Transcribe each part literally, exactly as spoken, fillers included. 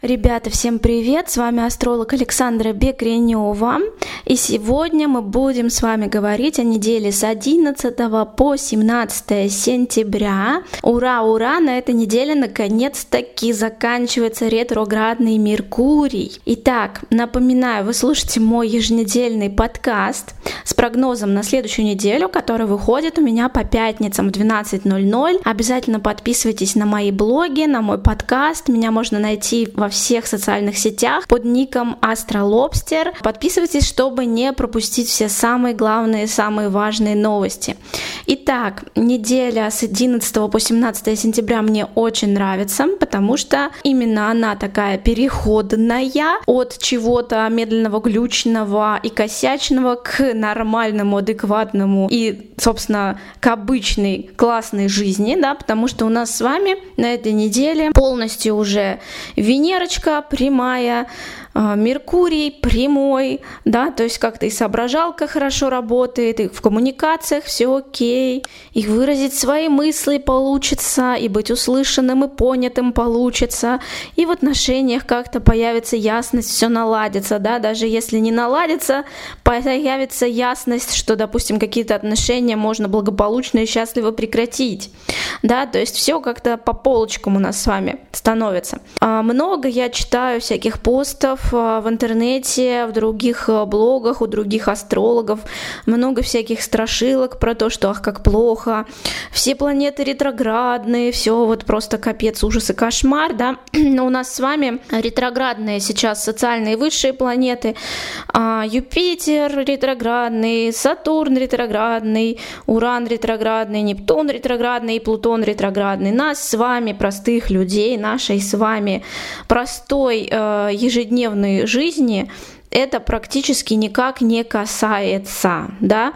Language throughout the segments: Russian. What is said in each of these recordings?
Ребята, всем привет! С вами астролог Александра Бекренева. И сегодня мы будем с вами говорить о неделе с одиннадцатого по семнадцатое сентября. Ура, ура! На этой неделе наконец-таки заканчивается ретроградный Меркурий. Итак, напоминаю, вы слушаете мой еженедельный подкаст с прогнозом на следующую неделю, который выходит у меня по пятницам в двенадцать ноль ноль. Обязательно подписывайтесь на мои блоги, на мой подкаст. Меня можно найти во всех социальных сетях под ником Астролобстер. Подписывайтесь, чтобы не пропустить все самые главные, самые важные новости. Итак, неделя с одиннадцатого по семнадцатое сентября мне очень нравится, потому что именно она такая переходная от чего-то медленного, глючного и косячного к нормальному, адекватному и, собственно, к обычной классной жизни, да, потому что у нас с вами на этой неделе полностью уже Венера прямая, Меркурий прямой, да, то есть как-то и соображалка хорошо работает, и в коммуникациях все окей, и выразить свои мысли получится, и быть услышанным и понятым получится, и в отношениях как-то появится ясность, все наладится, да, даже если не наладится, появится ясность, что, допустим, какие-то отношения можно благополучно и счастливо прекратить, да, то есть все как-то по полочкам у нас с вами становится. А много я читаю всяких постов в интернете, в других блогах, у других астрологов, много всяких страшилок про то, что ах, как плохо, все планеты ретроградные, все вот просто капец, ужас и кошмар, да, но у нас с вами ретроградные сейчас социальные высшие планеты, Юпитер ретроградный, Сатурн ретроградный, Уран ретроградный, Нептун ретроградный и Плутон ретроградный. Нас с вами, простых людей, нашей с вами простой э, ежедневной жизни это практически никак не касается, да.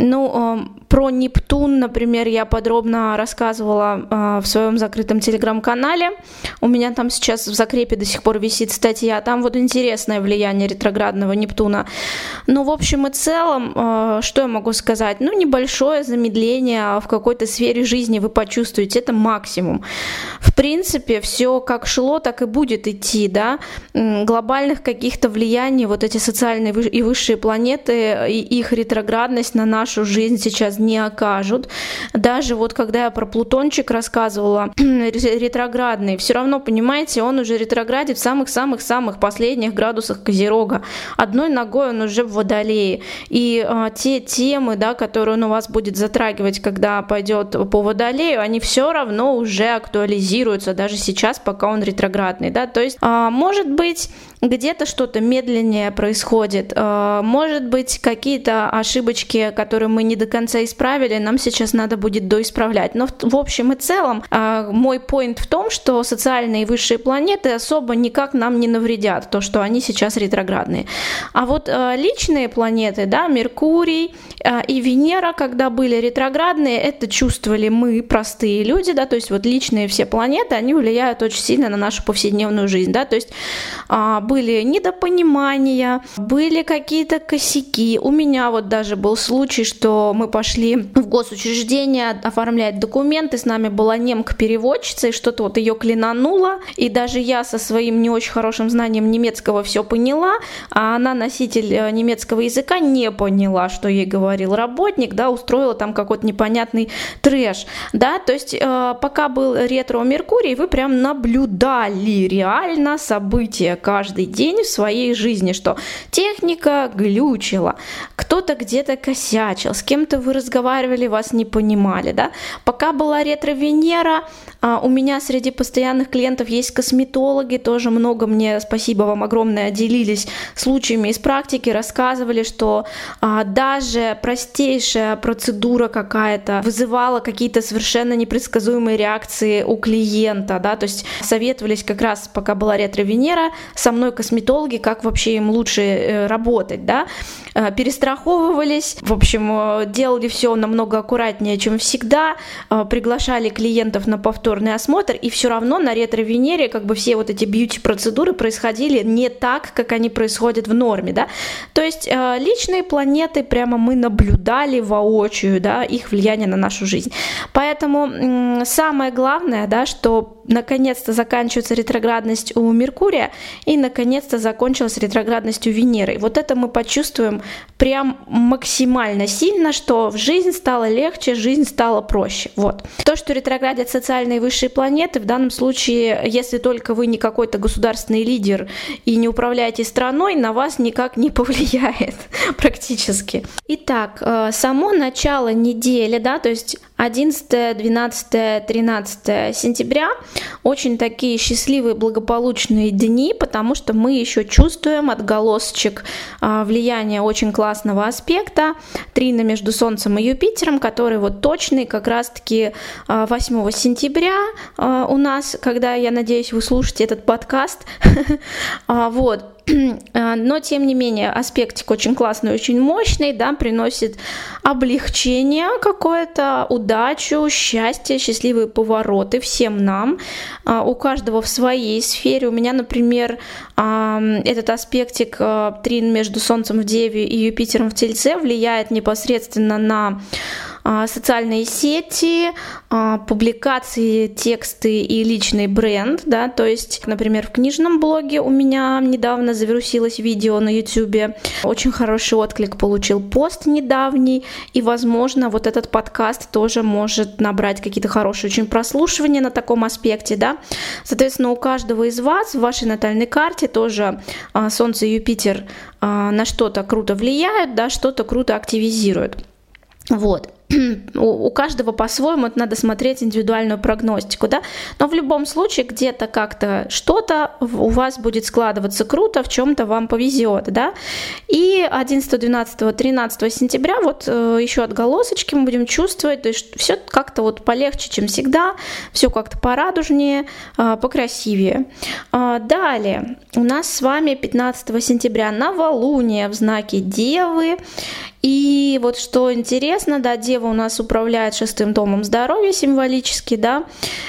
Ну, э, про Нептун, например, я подробно рассказывала э, в своем закрытом телеграм-канале. У меня там сейчас в закрепе до сих пор висит статья. Там вот интересное влияние ретроградного Нептуна. Ну, в общем и целом, э, что я могу сказать? Ну, небольшое замедление в какой-то сфере жизни вы почувствуете. Это максимум. В принципе, все как шло, так и будет идти, да. Глобальных каких-то влияний вот эти социальные и высшие планеты и их ретроградность на нашу жизнь сейчас не окажут. Даже вот когда я про Плутончик рассказывала, ретроградный, все равно, понимаете, он уже ретроградит в самых-самых-самых последних градусах Козерога. Одной ногой он уже в Водолее. И а, те темы, да, которые он у вас будет затрагивать, когда пойдет по Водолею, они все равно уже актуализируются, даже сейчас, пока он ретроградный. Да? То есть, а, может быть, где-то что-то медленнее происходит, может быть, какие-то ошибочки, которые мы не до конца исправили, нам сейчас надо будет доисправлять. Но в общем и целом мой поинт в том, что социальные и высшие планеты особо никак нам не навредят, то, что они сейчас ретроградные. А вот личные планеты, да, Меркурий и Венера, когда были ретроградные, это чувствовали мы, простые люди, да, то есть вот личные все планеты, они влияют очень сильно на нашу повседневную жизнь, да, то есть были недопонимания, были какие-то косяки. У меня вот даже был случай, что мы пошли в госучреждение оформлять документы, с нами была немка-переводчица, и что-то вот ее клинануло, и даже я со своим не очень хорошим знанием немецкого все поняла, а она, носитель немецкого языка, не поняла, что ей говорил работник, да, устроила там какой-то непонятный трэш, да, то есть э, пока был ретро-Меркурий, вы прям наблюдали реально события каждый день в своей жизни, что техника глючила, кто-то где-то косячил, с кем-то вы разговаривали, вас не понимали, да. Пока была ретро-Венера, у меня среди постоянных клиентов есть косметологи, тоже много мне, спасибо вам огромное, делились случаями из практики, рассказывали, что даже простейшая процедура какая-то вызывала какие-то совершенно непредсказуемые реакции у клиента, да, то есть советовались как раз, пока была ретро-Венера, со мной косметологи, как вообще им лучше работать, да, перестраховывались, в общем, делали все намного аккуратнее, чем всегда, приглашали клиентов на повторный осмотр, и все равно на ретро-Венере как бы все вот эти бьюти-процедуры происходили не так, как они происходят в норме, да, то есть личные планеты прямо мы наблюдали воочию, да, их влияние на нашу жизнь. Поэтому самое главное, да, что наконец-то заканчивается ретроградность у Меркурия и наконец-то закончилась ретроградность у Венеры. И вот это мы почувствуем прям максимально сильно, что жизнь стала легче, жизнь стала проще. Вот. То, что ретроградят социальные высшие планеты, в данном случае, если только вы не какой-то государственный лидер и не управляете страной, на вас никак не повлияет практически. Итак, само начало недели, да, то есть одиннадцатое, двенадцатое, тринадцатое сентября очень такие счастливые, благополучные дни, потому что мы еще чувствуем отголосочек а, влияния очень классного аспекта трина между Солнцем и Юпитером, который вот точный как раз-таки а, восьмого сентября а, у нас, когда, я надеюсь, вы слушаете этот подкаст. а, вот. Но, тем не менее, аспектик очень классный, очень мощный, да, приносит облегчение какое-то, удачу, счастье, счастливые повороты всем нам, у каждого в своей сфере. У меня, например, этот аспектик трин между Солнцем в Деве и Юпитером в Тельце влияет непосредственно на социальные сети, публикации, тексты и личный бренд, да, то есть, например, в книжном блоге у меня недавно завирусилось видео на YouTube, очень хороший отклик получил пост недавний, и, возможно, вот этот подкаст тоже может набрать какие-то хорошие очень прослушивания на таком аспекте, да, соответственно, у каждого из вас в вашей натальной карте тоже Солнце и Юпитер на что-то круто влияют, да, что-то круто активизируют, вот. У каждого по-своему, это надо смотреть индивидуальную прогностику, да, но в любом случае где-то как-то что-то у вас будет складываться круто, в чем-то вам повезет, да, и одиннадцатого, двенадцатого, тринадцатого сентября вот э, еще отголосочки мы будем чувствовать, то есть все как-то вот полегче, чем всегда, все как-то порадужнее, э, покрасивее. Э, далее у нас с вами пятнадцатого сентября новолуние в знаке Девы. И вот что интересно, да, Дева у нас управляет шестым домом здоровья символически, да,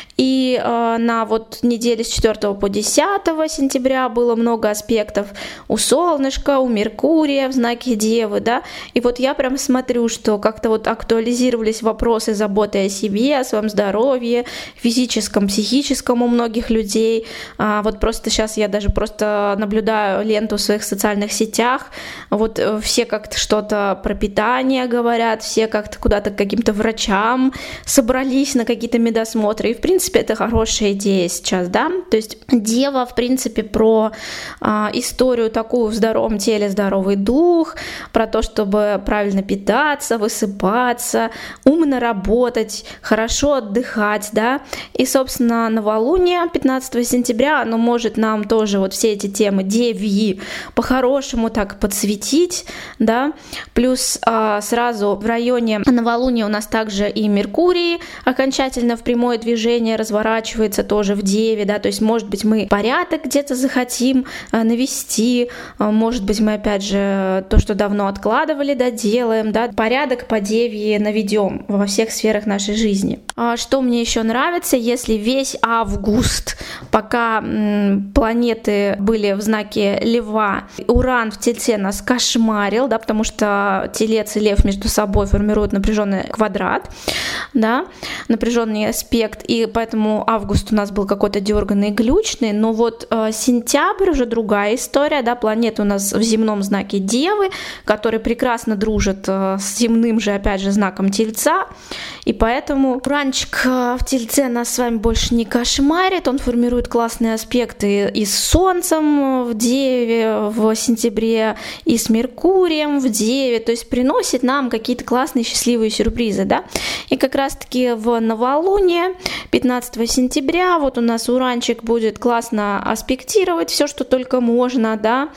и э, на вот неделе с четвёртого по десятое сентября было много аспектов у Солнышка, у Меркурия в знаке Девы, да, и вот я прям смотрю, что как-то вот актуализировались вопросы заботы о себе, о своем здоровье, физическом, психическом у многих людей, а, вот просто сейчас я даже просто наблюдаю ленту в своих социальных сетях, вот все как-то что-то про питание говорят, все как-то куда-то к каким-то врачам собрались на какие-то медосмотры, и в принципе это хорошая идея сейчас, да, то есть Дева в принципе про а, историю такую в здоровом теле, здоровый дух, про то, чтобы правильно питаться, высыпаться, умно работать, хорошо отдыхать, да, и собственно новолуние пятнадцатого сентября, оно может нам тоже вот все эти темы девьи по-хорошему так подсветить, да, плюс а, сразу в районе новолуния у нас также и Меркурий окончательно в прямое движение разворачивается тоже в Деве, да, то есть может быть мы порядок где-то захотим а, навести, а, может быть мы опять же то, что давно откладывали, да, делаем, да, порядок по Деве наведем во всех сферах нашей жизни. А, что мне еще нравится, если весь август, пока м, планеты были в знаке Льва, Уран в Тельце нас кошмарил, да, потому что Телец и Лев между собой формируют напряженный квадрат, да, напряженный аспект, и поэтому август у нас был какой-то дерганный, глючный, но вот э, сентябрь уже другая история, да, планеты у нас в земном знаке Девы, который прекрасно дружит э, с земным же, опять же, знаком Тельца, и поэтому Уранчик э, в Тельце нас с вами больше не кошмарит, он формирует классные аспекты и с Солнцем в Деве в сентябре, и с Меркурием в Деве, то есть приносит нам какие-то классные счастливые сюрпризы, да, и как раз-таки в новолуние пятнадцатого сентября вот у нас Уранчик будет классно аспектировать все, что только можно, да,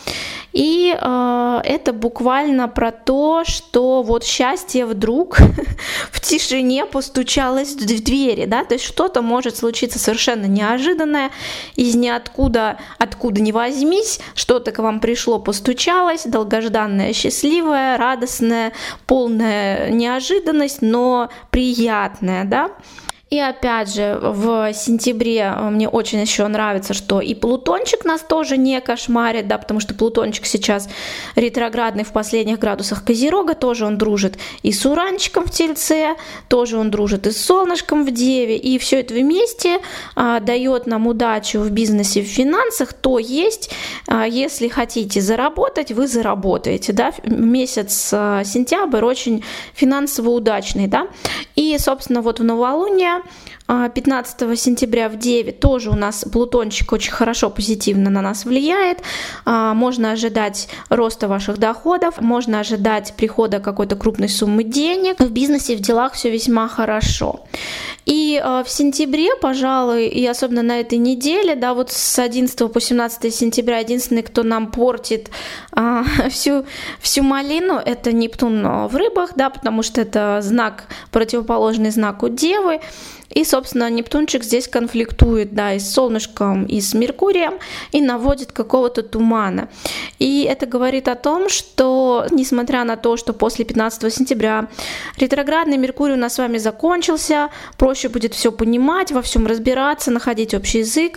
и э, это буквально про то, что вот счастье вдруг в тишине не постучалась в двери, да, то есть что-то может случиться совершенно неожиданное, из ниоткуда, откуда ни возьмись, что-то к вам пришло, постучалось, долгожданное, счастливое, радостное, полная неожиданность, но приятная, да. И опять же, в сентябре мне очень еще нравится, что и Плутончик нас тоже не кошмарит, да, потому что Плутончик сейчас ретроградный в последних градусах Козерога, тоже он дружит и с Уранчиком в Тельце, тоже он дружит и с Солнышком в Деве, и все это вместе а, дает нам удачу в бизнесе, в финансах, то есть, а, если хотите заработать, вы заработаете, да, месяц а, сентябрь очень финансово удачный, да, и, собственно, вот в новолуние пятнадцатого сентября в Деве тоже у нас Плутончик очень хорошо, позитивно на нас влияет. Можно ожидать роста ваших доходов, можно ожидать прихода какой-то крупной суммы денег. В бизнесе, в делах все весьма хорошо. И в сентябре, пожалуй, и особенно на этой неделе, да, вот с одиннадцатого по семнадцатое сентября единственный, кто нам портит а, всю, всю малину, это Нептун в Рыбах, да, потому что это знак, противоположный знаку Девы. И, собственно, Нептунчик здесь конфликтует, да, и с Солнышком, и с Меркурием, и наводит какого-то тумана. И это говорит о том, что, несмотря на то, что после пятнадцатого сентября ретроградный Меркурий у нас с вами закончился, проще будет все понимать, во всем разбираться, находить общий язык,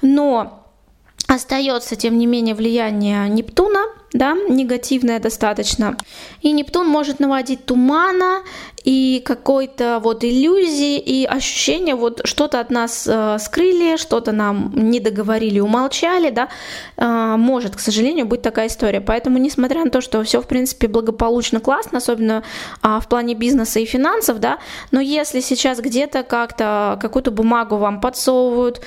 но остается, тем не менее, влияние Нептуна, да, негативное достаточно. И Нептун может наводить тумана и какой-то вот иллюзии и ощущение, вот что-то от нас э, скрыли, что-то нам не договорили, умолчали, да, э, может, к сожалению, быть такая история. Поэтому, несмотря на то, что все, в принципе, благополучно, классно, особенно э, в плане бизнеса и финансов, да, но если сейчас где-то как-то какую-то бумагу вам подсовывают,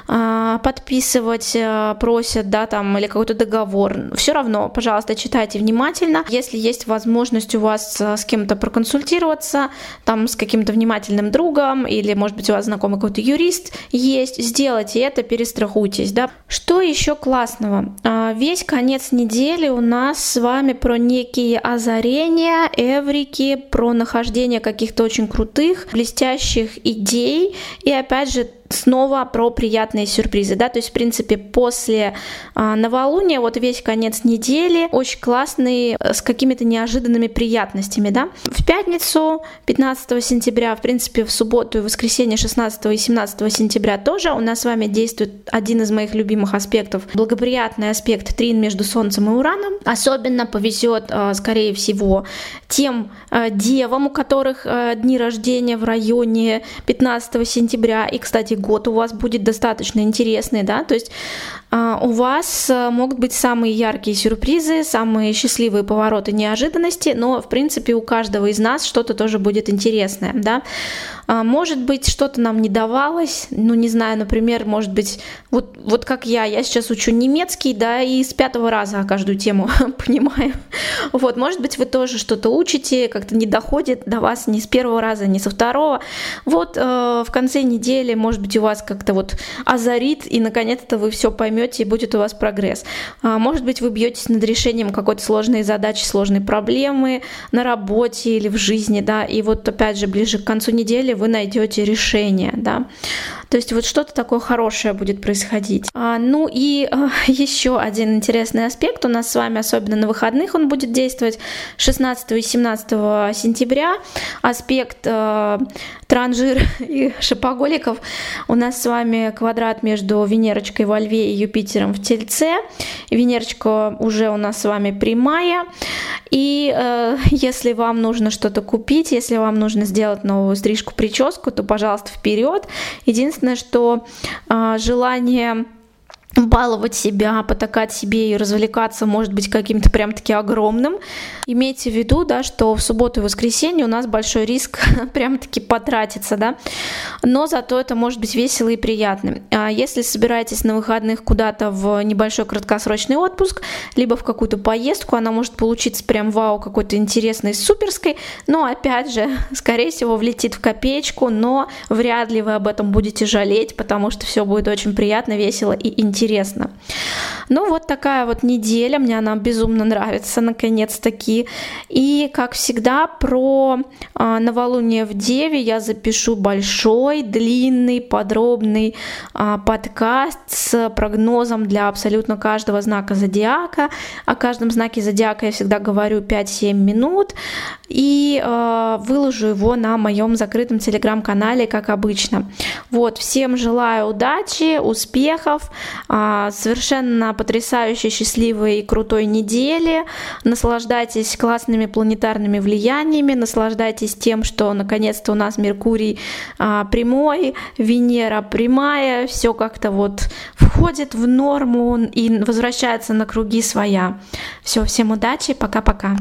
э, подписывать э, просят, да, там, или какой-то договор, все равно, пожалуйста, читайте внимательно. Если есть возможность у вас с кем-то проконсультироваться, там, с каким-то внимательным другом, или, может быть, у вас знакомый какой-то юрист есть, сделайте это, перестрахуйтесь, да. Что еще классного? Весь конец недели у нас с вами про некие озарения, эврики, про нахождение каких-то очень крутых, блестящих идей, и, опять же, снова про приятные сюрпризы, да, то есть, в принципе, после а, новолуния, вот весь конец недели очень классный, с какими-то неожиданными приятностями, да. В пятницу, пятнадцатого сентября, в принципе, в субботу и воскресенье, шестнадцатого и семнадцатого сентября тоже у нас с вами действует один из моих любимых аспектов, благоприятный аспект трин между Солнцем и Ураном. Особенно повезет, а, скорее всего, тем а, девам, у которых а, дни рождения в районе пятнадцатого сентября, и, кстати, год у вас будет достаточно интересный, да, то есть э, у вас э, могут быть самые яркие сюрпризы, самые счастливые повороты, неожиданности, но, в принципе, у каждого из нас что-то тоже будет интересное, да. Э, может быть, что-то нам не давалось, ну, не знаю, например, может быть, вот, вот как я, я сейчас учу немецкий, да, и с пятого раза каждую тему понимаю, вот, может быть, вы тоже что-то учите, как-то не доходит до вас ни с первого раза, ни со второго, вот, э, в конце недели, может быть, у вас как-то вот озарит, и наконец-то вы все поймете, и будет у вас прогресс. Может быть, вы бьетесь над решением какой-то сложной задачи, сложной проблемы на работе или в жизни, да, и вот опять же ближе к концу недели вы найдете решение, да. То есть вот что-то такое хорошее будет происходить. А, ну и а, еще один интересный аспект у нас с вами, особенно на выходных он будет действовать, шестнадцатого и семнадцатого сентября, аспект а, транжир и шопоголиков. У нас с вами квадрат между Венерочкой во Льве и Юпитером в Тельце. Венерочка уже у нас с вами прямая. И э, если вам нужно что-то купить, если вам нужно сделать новую стрижку, прическу, то, пожалуйста, вперед. Единственное, что э, желание баловать себя, потакать себе и развлекаться может быть каким-то прям-таки огромным. Имейте в виду, да, что в субботу и воскресенье у нас большой риск прям-таки потратиться, да, но зато это может быть весело и приятно. А если собираетесь на выходных куда-то в небольшой краткосрочный отпуск, либо в какую-то поездку, она может получиться прям вау, какой-то интересной, суперской, но опять же, скорее всего, влетит в копеечку, но вряд ли вы об этом будете жалеть, потому что все будет очень приятно, весело и интересно. Интересно. Ну вот такая вот неделя, мне она безумно нравится, наконец-таки. И, как всегда, про а, новолуние в Деве я запишу большой, длинный, подробный а, подкаст с прогнозом для абсолютно каждого знака зодиака. О каждом знаке зодиака я всегда говорю пять-семь минут. И э, выложу его на моем закрытом телеграм-канале, как обычно. Вот, всем желаю удачи, успехов, э, совершенно потрясающей, счастливой и крутой недели. Наслаждайтесь классными планетарными влияниями, наслаждайтесь тем, что наконец-то у нас Меркурий э, прямой, Венера прямая, все как-то вот входит в норму и возвращается на круги своя. Все, всем удачи, пока-пока.